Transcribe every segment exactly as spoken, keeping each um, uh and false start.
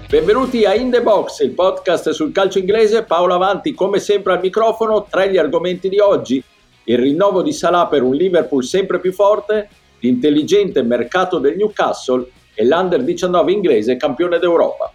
Benvenuti a In The Box, il podcast sul calcio inglese. Paolo Avanti come sempre al microfono. Tra gli argomenti di oggi: il rinnovo di Salah per un Liverpool sempre più forte, l'intelligente mercato del Newcastle e l'Under diciannove inglese campione d'Europa.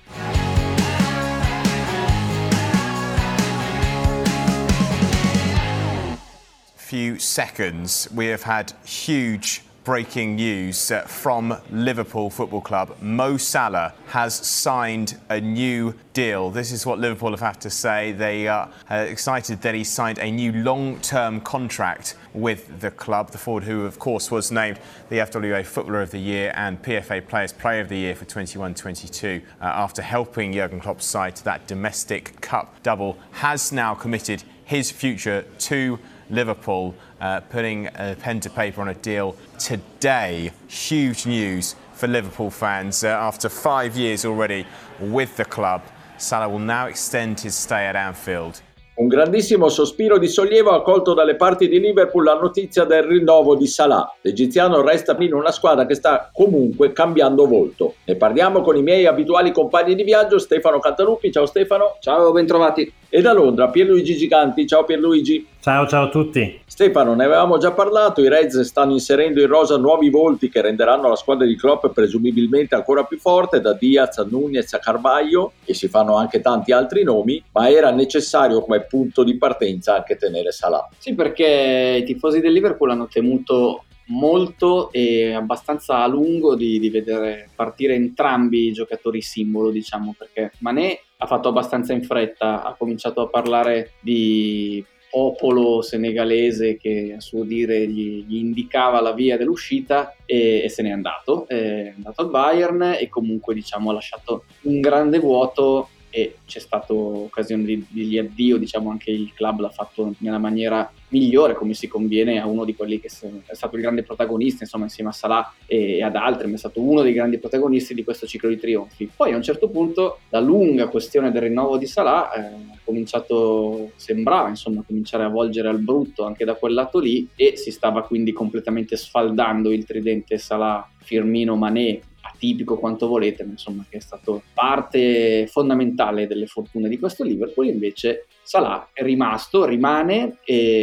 Few seconds we have had huge breaking news uh, from Liverpool Football Club. Mo Salah has signed a new deal. This is what Liverpool have had to say. They are uh, excited that he signed a new long-term contract with the club. The forward, who of course was named the F W A Footballer of the Year and P F A Players Player of the Year for twenty-one twenty-two uh, after helping Jurgen Klopp's side to that domestic cup double, has now committed his future to Liverpool, uh, putting a pen to paper on a deal today. Huge news for Liverpool fans. Uh, after five years already with the club, Salah will now extend his stay at Anfield. Un grandissimo sospiro di sollievo ha colto dalle parti di Liverpool la notizia del rinnovo di Salah. L'egiziano resta in una squadra che sta comunque cambiando volto. Ne parliamo con i miei abituali compagni di viaggio, Stefano Cantalupi. Ciao Stefano. Ciao, bentrovati. E da Londra Pierluigi Giganti. Ciao Pierluigi. Ciao, ciao a tutti. Stefano, ne avevamo già parlato, i Reds stanno inserendo in rosa nuovi volti che renderanno la squadra di Klopp presumibilmente ancora più forte, da Diaz a Nunez a Carvalho, e si fanno anche tanti altri nomi, ma era necessario come punto di partenza anche tenere Salah. Sì, perché i tifosi del Liverpool hanno temuto molto e abbastanza a lungo di, di vedere partire entrambi i giocatori simbolo, diciamo, perché Mané ha fatto abbastanza in fretta, ha cominciato a parlare di popolo senegalese che a suo dire gli, gli indicava la via dell'uscita e, e se n'è andato, è andato al Bayern e comunque diciamo ha lasciato un grande vuoto e c'è stata occasione di, di addio, diciamo anche il club l'ha fatto nella maniera migliore, come si conviene a uno di quelli che è stato il grande protagonista, insomma insieme a Salah e ad altri, ma è stato uno dei grandi protagonisti di questo ciclo di trionfi. Poi a un certo punto la lunga questione del rinnovo di Salah eh, ha cominciato, sembrava insomma cominciare a volgere al brutto anche da quel lato lì, e si stava quindi completamente sfaldando il tridente Salah, Firmino, Mané, atipico quanto volete, ma insomma che è stato parte fondamentale delle fortune di questo Liverpool. Invece Salah è rimasto, rimane,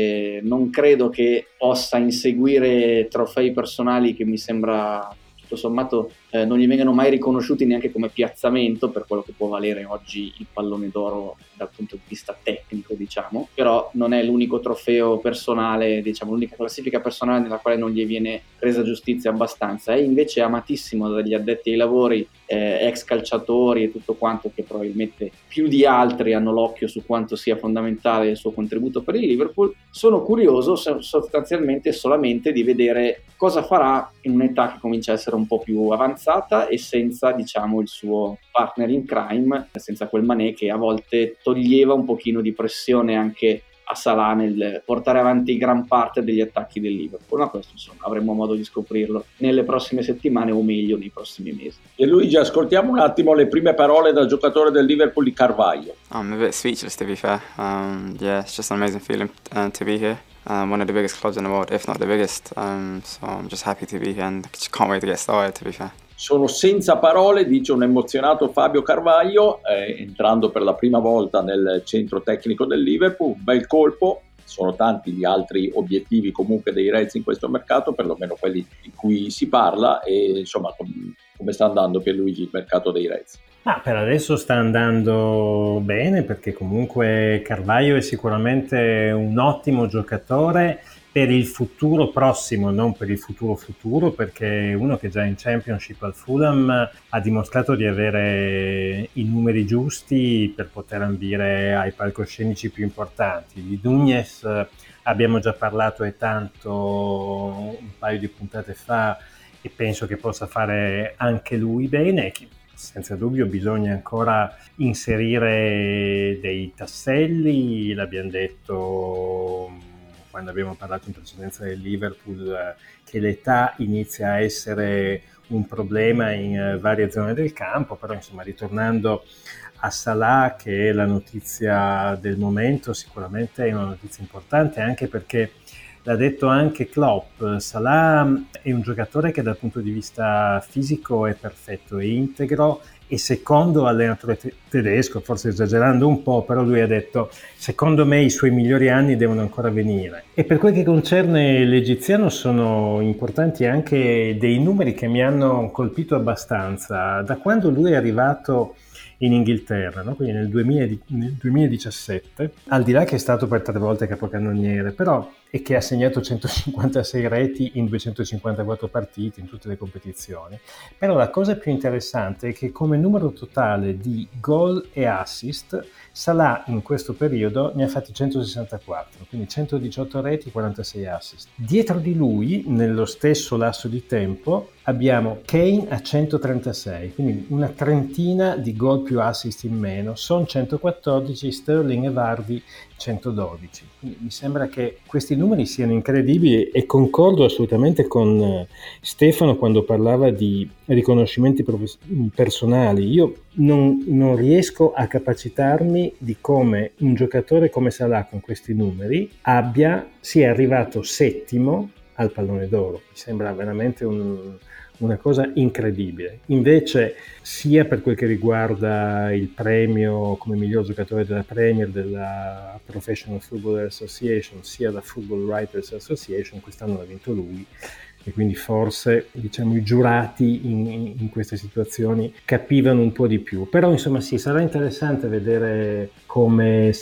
e non credo che possa inseguire trofei personali che mi sembra tutto sommato eh, non gli vengano mai riconosciuti neanche come piazzamento per quello che può valere oggi il pallone d'oro dal punto di vista tecnico, diciamo. Però non è l'unico trofeo personale, diciamo l'unica classifica personale nella quale non gli viene resa giustizia abbastanza. È invece amatissimo dagli addetti ai lavori, eh, ex calciatori e tutto quanto, che probabilmente più di altri hanno l'occhio su quanto sia fondamentale il suo contributo per il Liverpool. Sono curioso sostanzialmente solamente di vedere cosa farà in un'età che comincia a essere un po' più avanzata e senza, diciamo, il suo partner in crime, senza quel Mané che a volte toglieva un pochino di pressione anche a Salah nel portare avanti gran parte degli attacchi del Liverpool. Ma questo insomma avremo modo di scoprirlo nelle prossime settimane, o meglio nei prossimi mesi. E Luigi, ascoltiamo un attimo le prime parole dal giocatore del Liverpool di Carvalho. I'm a bit speechless, to be fair. Um, yeah, it's just an amazing feeling uh, to be here. Um, one of the biggest clubs in the world, if not the biggest. Um, so I'm just happy to be here and just can't wait to get started, to be fair. Sono senza parole, dice un emozionato Fabio Carvalho, eh, entrando per la prima volta nel centro tecnico del Liverpool. Un bel colpo. Sono tanti gli altri obiettivi comunque dei Reds in questo mercato, perlomeno quelli di cui si parla. E insomma, com- come sta andando Pierluigi il mercato dei Reds? Ah, per adesso sta andando bene, perché comunque Carvalho è sicuramente un ottimo giocatore per il futuro prossimo, non per il futuro futuro, perché uno che già in Championship al Fulham ha dimostrato di avere i numeri giusti per poter ambire ai palcoscenici più importanti. Di Nunez abbiamo già parlato e tanto un paio di puntate fa, e penso che possa fare anche lui bene. Senza dubbio bisogna ancora inserire dei tasselli, l'abbiamo detto quando abbiamo parlato in precedenza del Liverpool, che l'età inizia a essere un problema in varie zone del campo, però insomma ritornando a Salah, che è la notizia del momento, sicuramente è una notizia importante, anche perché l'ha detto anche Klopp, Salah è un giocatore che dal punto di vista fisico è perfetto, è integro, e secondo allenatore te- tedesco, forse esagerando un po', però lui ha detto secondo me i suoi migliori anni devono ancora venire. E per quel che concerne l'egiziano sono importanti anche dei numeri che mi hanno colpito abbastanza. Da quando lui è arrivato in Inghilterra, no? Quindi nel, duemila, nel duemiladiciassette, al di là che è stato per tre volte capocannoniere, però e che ha segnato centocinquantasei reti in duecentocinquantaquattro partite in tutte le competizioni. Però la cosa più interessante è che come numero totale di gol e assist Salah in questo periodo ne ha fatti centosessantaquattro, quindi centodiciotto reti, quarantasei assist. Dietro di lui, nello stesso lasso di tempo, abbiamo Kane a centotrentasei, quindi una trentina di gol più assist in meno, Son centoquattordici, Sterling e Vardy centododici. Quindi mi sembra che questi numeri siano incredibili e concordo assolutamente con Stefano quando parlava di riconoscimenti profes- personali. Io non, non riesco a capacitarmi di come un giocatore come Salah con questi numeri abbia sia arrivato settimo al pallone d'oro. Mi sembra veramente un una cosa incredibile. Invece, sia per quel che riguarda il premio come miglior giocatore della Premier della Professional Football Association, sia la Football Writers Association, quest'anno l'ha vinto lui, e quindi forse, diciamo, i giurati in, in queste situazioni capivano un po' di più. Però insomma sì, sarà interessante vedere come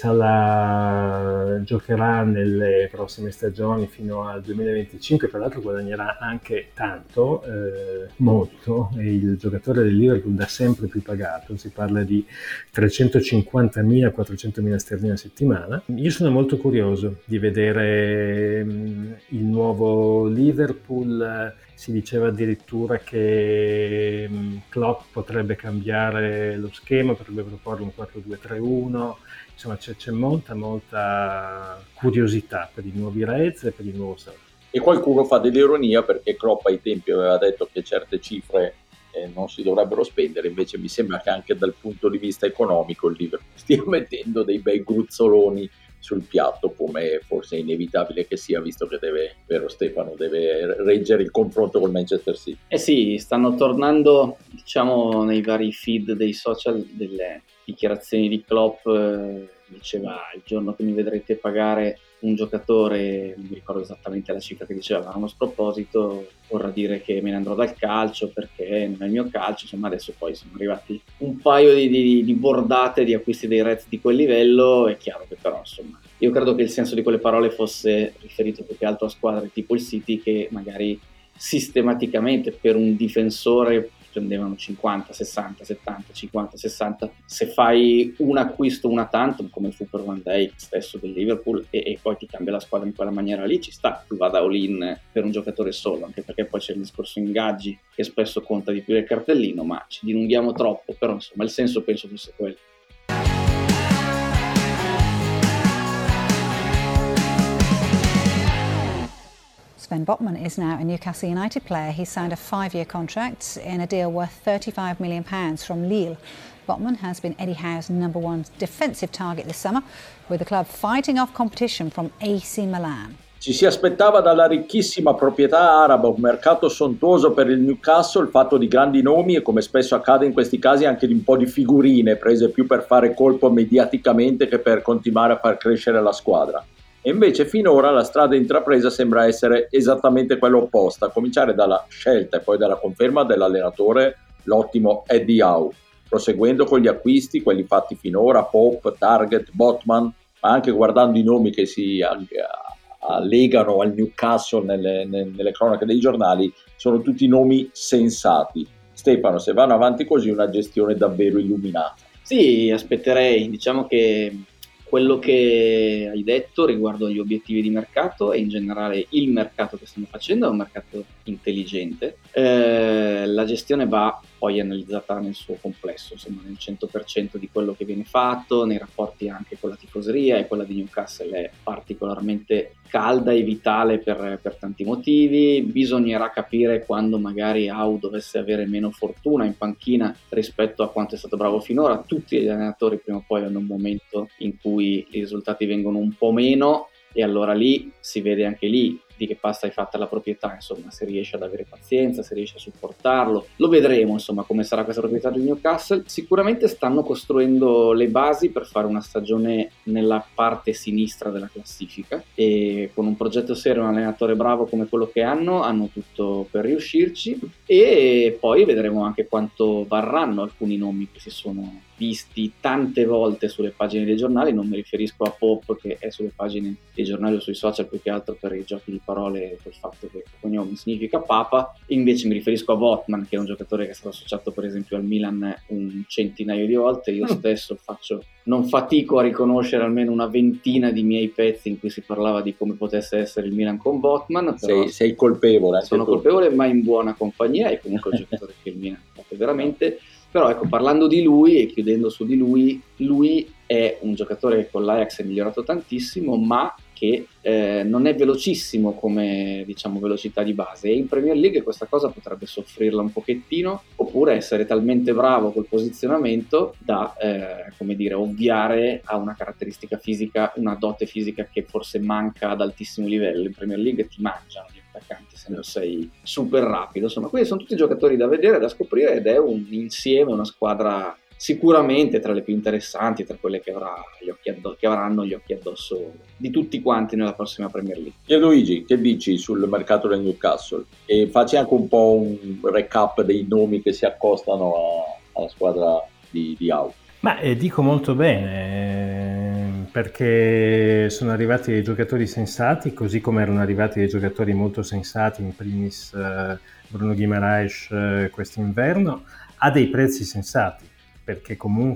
Salah giocherà nelle prossime stagioni fino al duemilaventicinque. Tra l'altro guadagnerà anche tanto, eh, molto, e il giocatore del Liverpool da sempre più pagato, si parla di trecentocinquantamila quattrocentomila sterline a settimana. Io sono molto curioso di vedere mh, il nuovo Liverpool. Si diceva addirittura che Klopp potrebbe cambiare lo schema, potrebbe proporre un quattro due tre uno, insomma c'è, c'è molta molta curiosità per i nuovi Reds e per il nuovo Salah. E qualcuno fa dell'ironia perché Klopp ai tempi aveva detto che certe cifre eh, non si dovrebbero spendere, invece mi sembra che anche dal punto di vista economico il Liverpool stia mettendo dei bei gruzzoloni sul piatto, come forse è inevitabile che sia, visto che deve, vero Stefano, deve reggere il confronto col Manchester City. Eh sì, stanno tornando, diciamo, nei vari feed dei social delle dichiarazioni di Klopp. Eh, diceva il giorno che mi vedrete pagare un giocatore, non mi ricordo esattamente la cifra che diceva, ma a uno sproposito, vorrà dire che me ne andrò dal calcio perché non è il mio calcio. Insomma, adesso poi sono arrivati un paio di, di, di bordate di acquisti dei Reds di quel livello. È chiaro che però, insomma, io credo che il senso di quelle parole fosse riferito più che altro a squadre tipo il City che magari sistematicamente per un difensore spendevano cinquanta, sessanta, settanta, cinquanta, sessanta. Se fai un acquisto una tantum, come fu per Van Dijk stesso del Liverpool, e, e poi ti cambia la squadra in quella maniera lì, ci sta, tu vada all-in per un giocatore solo, anche perché poi c'è il discorso ingaggi che spesso conta di più del cartellino, ma ci dilunghiamo troppo. Però insomma il senso penso fosse quello. Sven Botman is now a Newcastle United player. He signed a five-year contract in a deal worth thirty-five million pounds from Lille. Botman has been Eddie Howe's number one defensive target this summer, with the club fighting off competition from A C Milan. Ci si aspettava dalla ricchissima proprietà araba un mercato sontuoso per il Newcastle, fatto di grandi nomi e, come spesso accade in questi casi, anche di un po' di figurine prese più per fare colpo mediaticamente che per continuare a far crescere la squadra. E invece finora la strada intrapresa sembra essere esattamente quella opposta, a cominciare dalla scelta e poi dalla conferma dell'allenatore, l'ottimo Eddie Howe, proseguendo con gli acquisti, quelli fatti finora, Pope, Target, Botman, ma anche guardando i nomi che si allegano al Newcastle nelle, nelle cronache dei giornali, sono tutti nomi sensati. Stefano, se vanno avanti così, una gestione davvero illuminata. Sì, aspetterei, diciamo che quello che hai detto riguardo agli obiettivi di mercato e in generale il mercato che stanno facendo è un mercato intelligente. Eh, la gestione va poi analizzata nel suo complesso, insomma nel cento per cento di quello che viene fatto, nei rapporti anche con la tifoseria, e quella di Newcastle è particolarmente calda e vitale per, per tanti motivi. Bisognerà capire quando magari Howe dovesse avere meno fortuna in panchina rispetto a quanto è stato bravo finora. Tutti gli allenatori prima o poi hanno un momento in cui i risultati vengono un po' meno, e allora lì si vede anche lì di che pasta è fatta la proprietà, insomma, se riesce ad avere pazienza, se riesce a supportarlo. Lo vedremo, insomma, come sarà questa proprietà del Newcastle. Sicuramente stanno costruendo le basi per fare una stagione nella parte sinistra della classifica, e con un progetto serio, un allenatore bravo come quello che hanno, hanno tutto per riuscirci, e poi vedremo anche quanto varranno alcuni nomi che si sono visti tante volte sulle pagine dei giornali. Non mi riferisco a Pope, che è sulle pagine dei giornali o sui social più che altro per i giochi di parole, col fatto che il cognome significa Papa. Invece mi riferisco a Botman, che è un giocatore che è stato associato per esempio al Milan un centinaio di volte. Io stesso faccio non fatico a riconoscere almeno una ventina di miei pezzi in cui si parlava di come potesse essere il Milan con Botman. Però sei, sei colpevole. Sono tu. colpevole, ma in buona compagnia, e comunque un giocatore che il Milan ha fatto veramente. Però ecco, parlando di lui e chiudendo su di lui, lui è un giocatore che con l'Ajax è migliorato tantissimo, ma che eh, non è velocissimo come, diciamo, velocità di base, e in Premier League questa cosa potrebbe soffrirla un pochettino, oppure essere talmente bravo col posizionamento da eh, come dire, ovviare a una caratteristica fisica, una dote fisica che forse manca ad altissimo livello. In Premier League ti mangiano gli attaccanti se non sei super rapido, insomma. Quindi sono tutti giocatori da vedere, da scoprire, ed è un insieme, una squadra sicuramente tra le più interessanti, tra quelle che, avrà gli occhi addosso, che avranno gli occhi addosso di tutti quanti nella prossima Premier League. Pierluigi, che dici sul mercato del Newcastle? E facci anche un po' un recap dei nomi che si accostano a, alla squadra di, di Au. Ma eh, dico molto bene, perché sono arrivati dei giocatori sensati, così come erano arrivati dei giocatori molto sensati, in primis eh, Bruno Guimaraes eh, quest'inverno, a dei prezzi sensati, perché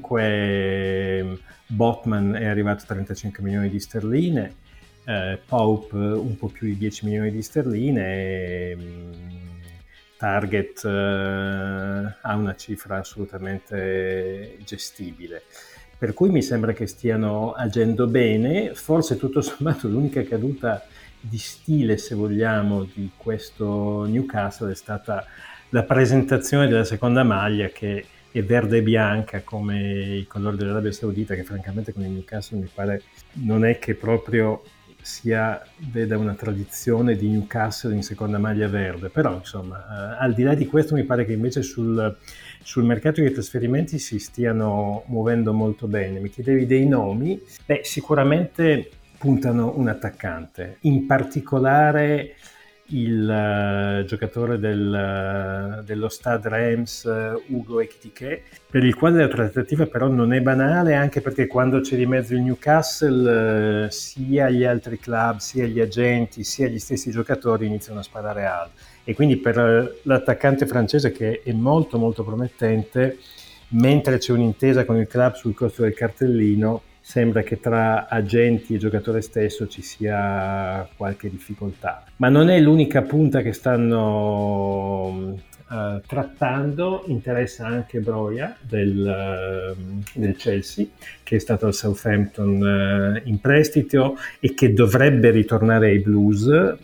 comunque Botman è arrivato a trentacinque milioni di sterline, eh, Pope un po' più di dieci milioni di sterline, e Target eh, ha una cifra assolutamente gestibile. Per cui mi sembra che stiano agendo bene. Forse tutto sommato l'unica caduta di stile, se vogliamo, di questo Newcastle è stata la presentazione della seconda maglia, che è verde e bianca come i colori dell'Arabia Saudita, che francamente con il Newcastle mi pare non è che proprio sia veda una tradizione di Newcastle in seconda maglia verde. Però insomma, eh, al di là di questo, mi pare che invece sul, sul mercato dei trasferimenti si stiano muovendo molto bene. Mi chiedevi dei nomi? Beh, sicuramente puntano un attaccante, in particolare il uh, giocatore del, uh, dello Stade Reims, uh, Ugo Ekitike, per il quale la trattativa però non è banale, anche perché quando c'è di mezzo il Newcastle uh, sia gli altri club, sia gli agenti, sia gli stessi giocatori iniziano a sparare alto, e quindi per uh, l'attaccante francese, che è molto molto promettente, mentre c'è un'intesa con il club sul costo del cartellino, sembra che tra agenti e giocatore stesso ci sia qualche difficoltà. Ma non è l'unica punta che stanno uh, trattando. Interessa anche Broja del, uh, del Chelsea, che è stato al Southampton uh, in prestito e che dovrebbe ritornare ai Blues, uh,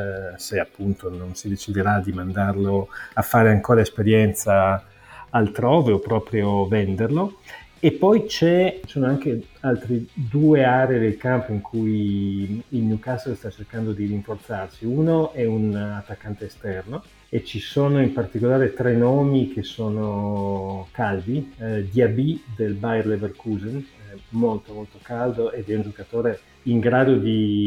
se appunto non si deciderà di mandarlo a fare ancora esperienza altrove o proprio venderlo. E poi c'è, ci sono anche altre due aree del campo in cui il Newcastle sta cercando di rinforzarsi. Uno è un attaccante esterno, e ci sono in particolare tre nomi che sono caldi. Eh, Diaby del Bayer Leverkusen, eh, molto molto caldo, ed è un giocatore in grado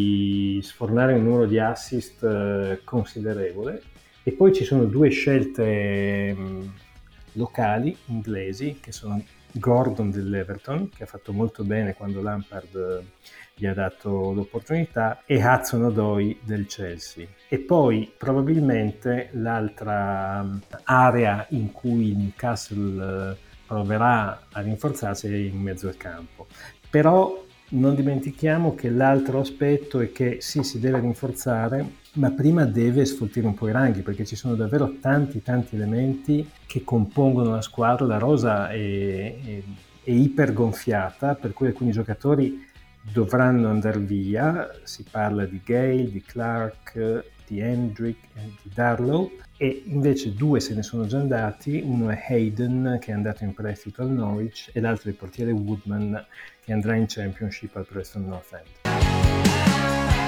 di sfornare un numero di assist eh, considerevole. E poi ci sono due scelte mh, locali inglesi, che sono Gordon dell'Everton, che ha fatto molto bene quando Lampard gli ha dato l'opportunità, e Hudson-Odoi del Chelsea. E poi probabilmente l'altra area in cui il Newcastle proverà a rinforzarsi è in mezzo al campo. Però non dimentichiamo che l'altro aspetto è che sì, si deve rinforzare, ma prima deve sfoltire un po' i ranghi, perché ci sono davvero tanti tanti elementi che compongono la squadra. La rosa è, è, è ipergonfiata, per cui alcuni giocatori dovranno andare via. Si parla di Gale, di Clark, di Hendrick e di Darlow, e invece due se ne sono già andati. Uno è Hayden, che è andato in prestito al Norwich, e l'altro è il portiere Woodman, che andrà in Championship al Preston North End.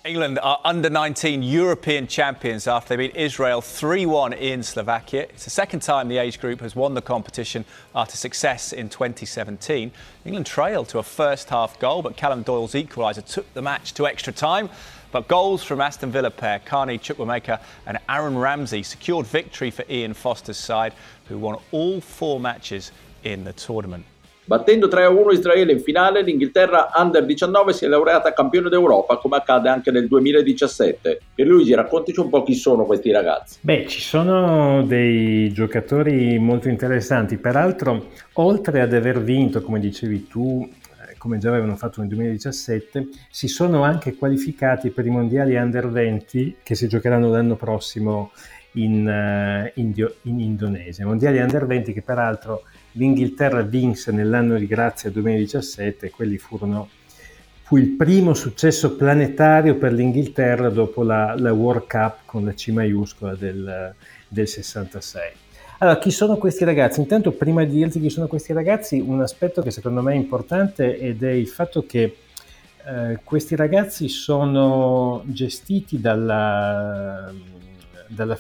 England are under nineteen European champions after they beat Israel three one in Slovakia. It's the second time the age group has won the competition after success in twenty seventeen. England trailed to a first half goal, but Callum Doyle's equaliser took the match to extra time. But goals from Aston Villa pair Carney Chukwuemeka and Aaron Ramsey secured victory for Ian Foster's side, who won all four matches in the tournament. Battendo tre a uno Israele in finale, l'Inghilterra under diciannove si è laureata campione d'Europa, come accade anche nel duemiladiciassette. Pierluigi, raccontaci un po' chi sono questi ragazzi. Beh, ci sono dei giocatori molto interessanti. Peraltro, oltre ad aver vinto, come dicevi tu, come già avevano fatto nel duemiladiciassette, si sono anche qualificati per i mondiali under venti che si giocheranno l'anno prossimo in, uh, Indio, in Indonesia. Mondiali under venti che peraltro l'Inghilterra vinse nell'anno di grazia duemiladiciassette, e quelli furono fu il primo successo planetario per l'Inghilterra dopo la, la World Cup con la C maiuscola del, del sessantasei. Allora, chi sono questi ragazzi? Intanto, prima di dirti chi sono questi ragazzi, un aspetto che secondo me è importante ed è il fatto che eh, questi ragazzi sono gestiti dalla, dalla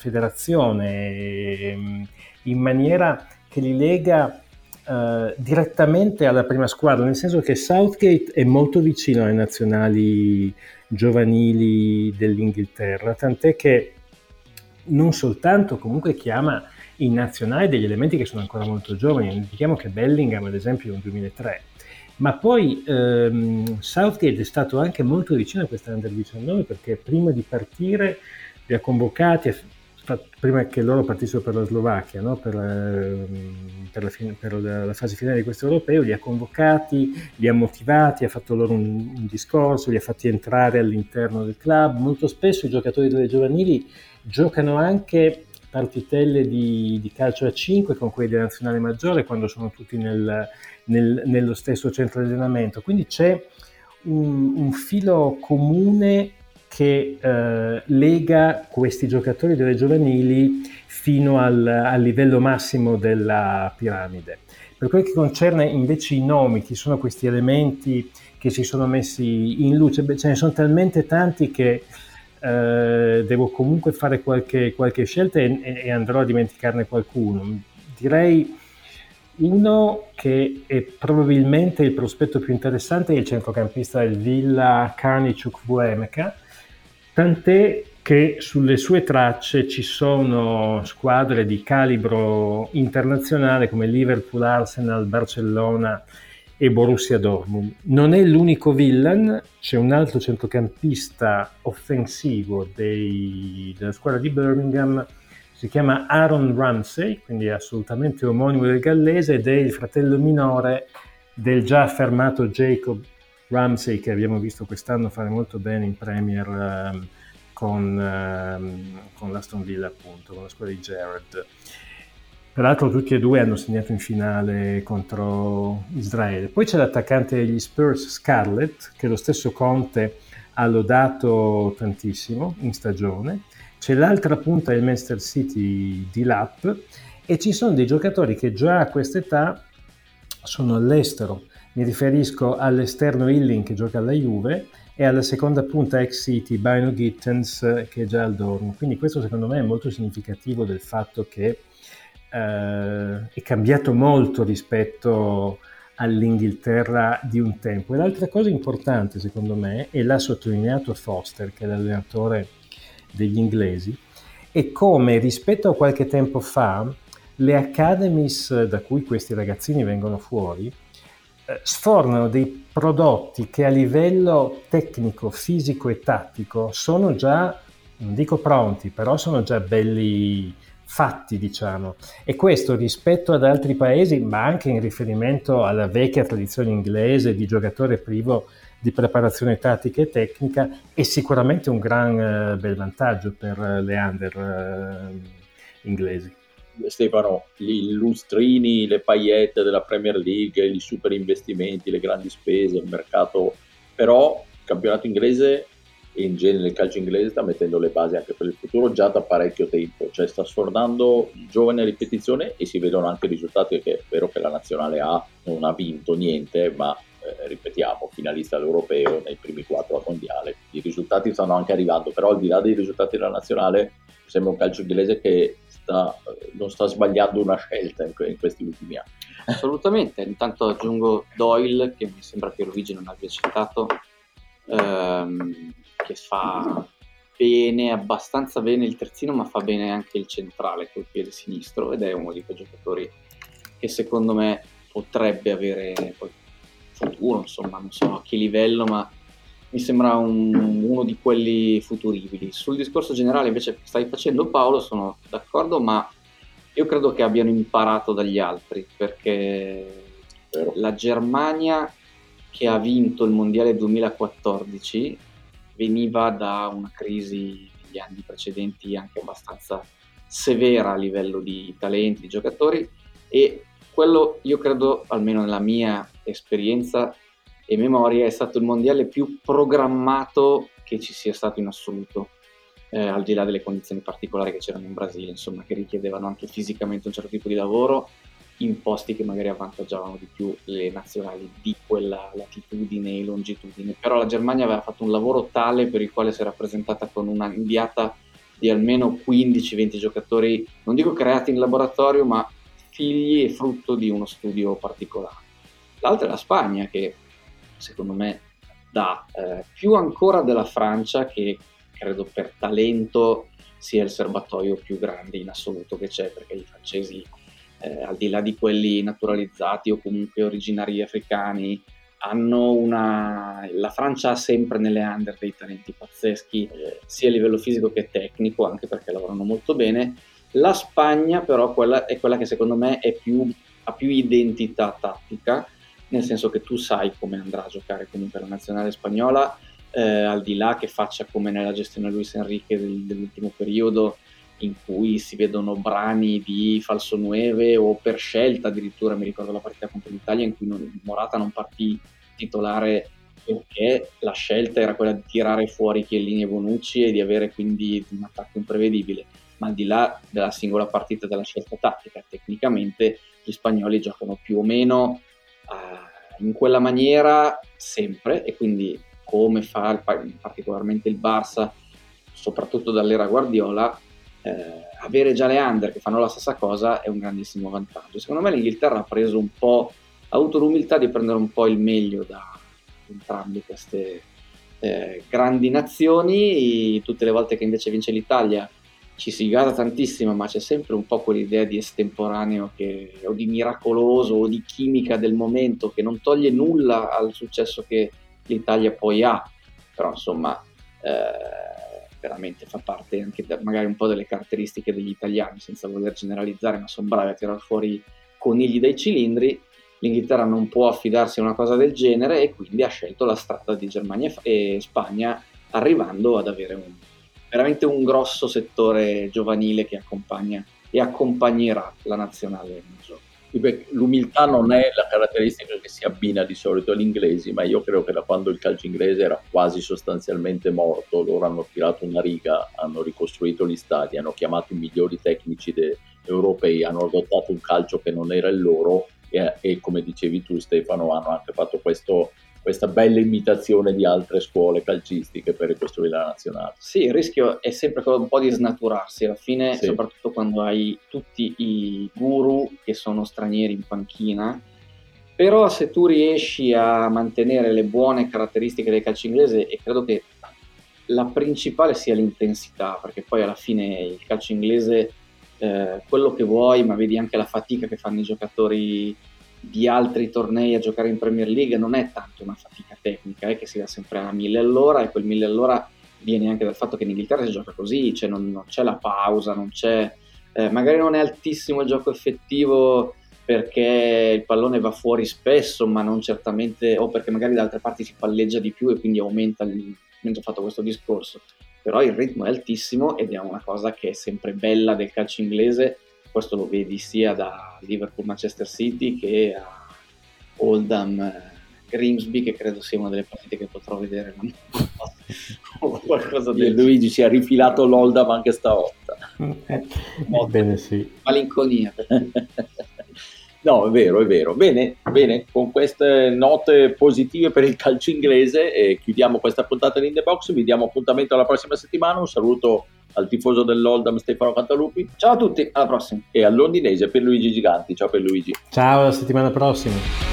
federazione in maniera che li lega Uh, direttamente alla prima squadra, nel senso che Southgate è molto vicino alle nazionali giovanili dell'Inghilterra, tant'è che non soltanto comunque chiama in nazionale degli elementi che sono ancora molto giovani. Non dimentichiamo che Bellingham ad esempio è un duemilatré, ma poi ehm, Southgate è stato anche molto vicino a questa under diciannove, perché prima di partire li ha convocati, prima che loro partissero per la Slovacchia, no? per, per, la, per la fase finale di questo europeo, li ha convocati, li ha motivati, ha fatto loro un, un discorso, li ha fatti entrare all'interno del club. Molto spesso i giocatori delle giovanili giocano anche partitelle di, di calcio a cinque con quelli della nazionale maggiore quando sono tutti nel, nel, nello stesso centro di allenamento, quindi c'è un, un filo comune che eh, lega questi giocatori delle giovanili fino al, al livello massimo della piramide. Per quel che concerne invece i nomi, chi sono questi elementi che si sono messi in luce, beh, ce ne sono talmente tanti che eh, devo comunque fare qualche, qualche scelta e, e andrò a dimenticarne qualcuno. Direi uno che è probabilmente il prospetto più interessante è il centrocampista del Villa Carney Chukwuemeka, tant'è che sulle sue tracce ci sono squadre di calibro internazionale come Liverpool, Arsenal, Barcellona e Borussia Dortmund. Non è l'unico villain, c'è un altro centrocampista offensivo dei, della squadra di Birmingham, si chiama Aaron Ramsey, quindi è assolutamente omonimo del gallese, ed è il fratello minore del già affermato Jacob Ramsey, che abbiamo visto quest'anno fare molto bene in Premier um, con, um, con l'Aston Villa, appunto, con la squadra di Gerrard. Peraltro tutti e due hanno segnato in finale contro Israele. Poi c'è l'attaccante degli Spurs, Scarlett, che lo stesso Conte ha lodato tantissimo in stagione. C'è l'altra punta del Manchester City, Delap, e ci sono dei giocatori che già a quest'età sono all'estero. Mi riferisco all'esterno Illing, che gioca alla Juve, e alla seconda punta ex City, Bino Gittens, che è già al Dortmund. Quindi questo secondo me è molto significativo del fatto che eh, è cambiato molto rispetto all'Inghilterra di un tempo. E l'altra cosa importante secondo me, e l'ha sottolineato Foster, che è l'allenatore degli inglesi, è come rispetto a qualche tempo fa le academies da cui questi ragazzini vengono fuori sfornano dei prodotti che a livello tecnico, fisico e tattico sono già, non dico pronti, però sono già belli fatti, diciamo. E questo rispetto ad altri paesi, ma anche in riferimento alla vecchia tradizione inglese di giocatore privo di preparazione tattica e tecnica, è sicuramente un gran uh, bel vantaggio per le under uh, inglesi. Stefano, gli lustrini, le paillette della Premier League, i super investimenti, le grandi spese, il mercato, però il campionato inglese e in genere il calcio inglese sta mettendo le basi anche per il futuro già da parecchio tempo, cioè sta sfornando giovane ripetizione e si vedono anche i risultati, che è vero che la nazionale A non ha vinto niente, ma eh, ripetiamo, finalista all'Europeo, nei primi quattro al Mondiale. I risultati stanno anche arrivando, però al di là dei risultati della nazionale sembra un calcio inglese che sta, non sta sbagliando una scelta in, in questi ultimi anni. Assolutamente. Intanto aggiungo Doyle, che mi sembra che Luigi non abbia citato, ehm, che fa bene, abbastanza bene il terzino, ma fa bene anche il centrale col piede sinistro, ed è uno di quei giocatori che secondo me potrebbe avere poi futuro, insomma, non so a che livello, ma mi sembra un, uno di quelli futuribili. Sul discorso generale invece che stai facendo, Paolo, sono d'accordo, ma io credo che abbiano imparato dagli altri, perché la Germania, che ha vinto il Mondiale duemilaquattordici, veniva da una crisi negli anni precedenti anche abbastanza severa a livello di talenti, di giocatori, e quello, io credo, almeno nella mia esperienza e memoria, è stato il mondiale più programmato che ci sia stato in assoluto, eh, al di là delle condizioni particolari che c'erano in Brasile, insomma, che richiedevano anche fisicamente un certo tipo di lavoro in posti che magari avvantaggiavano di più le nazionali di quella latitudine e longitudine. Però la Germania aveva fatto un lavoro tale per il quale si era presentata con una inviata di almeno quindici venti giocatori, non dico creati in laboratorio, ma figli e frutto di uno studio particolare. L'altra è la Spagna, che secondo me dà eh, più ancora della Francia, che credo per talento sia il serbatoio più grande in assoluto che c'è, perché i francesi, eh, al di là di quelli naturalizzati o comunque originari africani, hanno una... la Francia ha sempre nelle under dei talenti pazzeschi, eh, sia a livello fisico che tecnico, anche perché lavorano molto bene. La Spagna però quella è quella che secondo me è più, ha più identità tattica, nel senso che tu sai come andrà a giocare comunque la nazionale spagnola, eh, al di là che faccia come nella gestione Luis Enrique del, dell'ultimo periodo, in cui si vedono brani di falso nueve o per scelta addirittura. Mi ricordo la partita contro l'Italia in cui non, Morata non partì titolare perché la scelta era quella di tirare fuori Chiellini e Bonucci e di avere quindi un attacco imprevedibile. Ma al di là della singola partita e della scelta tattica, tecnicamente gli spagnoli giocano più o meno uh, in quella maniera sempre, e quindi come fa il, particolarmente il Barça, soprattutto dall'era Guardiola, eh, avere già le under che fanno la stessa cosa è un grandissimo vantaggio. Secondo me l'Inghilterra ha preso un po', ha avuto l'umiltà di prendere un po' il meglio da entrambe queste eh, grandi nazioni. Tutte le volte che invece vince l'Italia ci si gasa tantissimo, ma c'è sempre un po' quell'idea di estemporaneo che, o di miracoloso o di chimica del momento, che non toglie nulla al successo che l'Italia poi ha, però insomma eh, veramente fa parte anche da, magari un po' delle caratteristiche degli italiani, senza voler generalizzare, ma sono bravi a tirar fuori conigli dai cilindri. L'Inghilterra non può affidarsi a una cosa del genere e quindi ha scelto la strada di Germania e Spagna, arrivando ad avere un veramente un grosso settore giovanile che accompagna e accompagnerà la nazionale nel gioco. L'umiltà non è la caratteristica che si abbina di solito agli inglesi, ma io credo che da quando il calcio inglese era quasi sostanzialmente morto, loro hanno tirato una riga, hanno ricostruito gli stadi, hanno chiamato i migliori tecnici de- europei, hanno adottato un calcio che non era il loro e, e come dicevi tu Stefano, hanno anche fatto questo questa bella imitazione di altre scuole calcistiche per ricostruire la nazionale. Sì, il rischio è sempre un po' di snaturarsi alla fine, sì. Soprattutto quando hai tutti i guru che sono stranieri in panchina, però se tu riesci a mantenere le buone caratteristiche del calcio inglese, e credo che la principale sia l'intensità, perché poi alla fine il calcio inglese, eh, quello che vuoi, ma vedi anche la fatica che fanno i giocatori di altri tornei a giocare in Premier League, non è tanto una fatica tecnica, è che si va sempre a mille all'ora, e quel mille all'ora viene anche dal fatto che in Inghilterra si gioca così, cioè non, non c'è la pausa, non c'è eh, magari non è altissimo il gioco effettivo perché il pallone va fuori spesso, ma non certamente, o perché magari da altre parti si palleggia di più e quindi aumenta il, ho fatto questo discorso, però il ritmo è altissimo ed è una cosa che è sempre bella del calcio inglese. Questo lo vedi sia da Liverpool Manchester City che a Oldham Grimsby, che credo sia una delle partite che potrò vedere o qualcosa del Luigi si è rifilato l'Oldham anche stavolta. Eh, bene, sì. Malinconia. No, è vero, è vero. Bene, bene, con queste note positive per il calcio inglese eh, chiudiamo questa puntata di In The Box, vi diamo appuntamento alla prossima settimana, un saluto al tifoso dell'Oldham Stefano Cantalupi. Ciao a tutti, alla prossima. E al londinese Pierluigi Giganti. Ciao Pierluigi. Ciao, alla settimana prossima.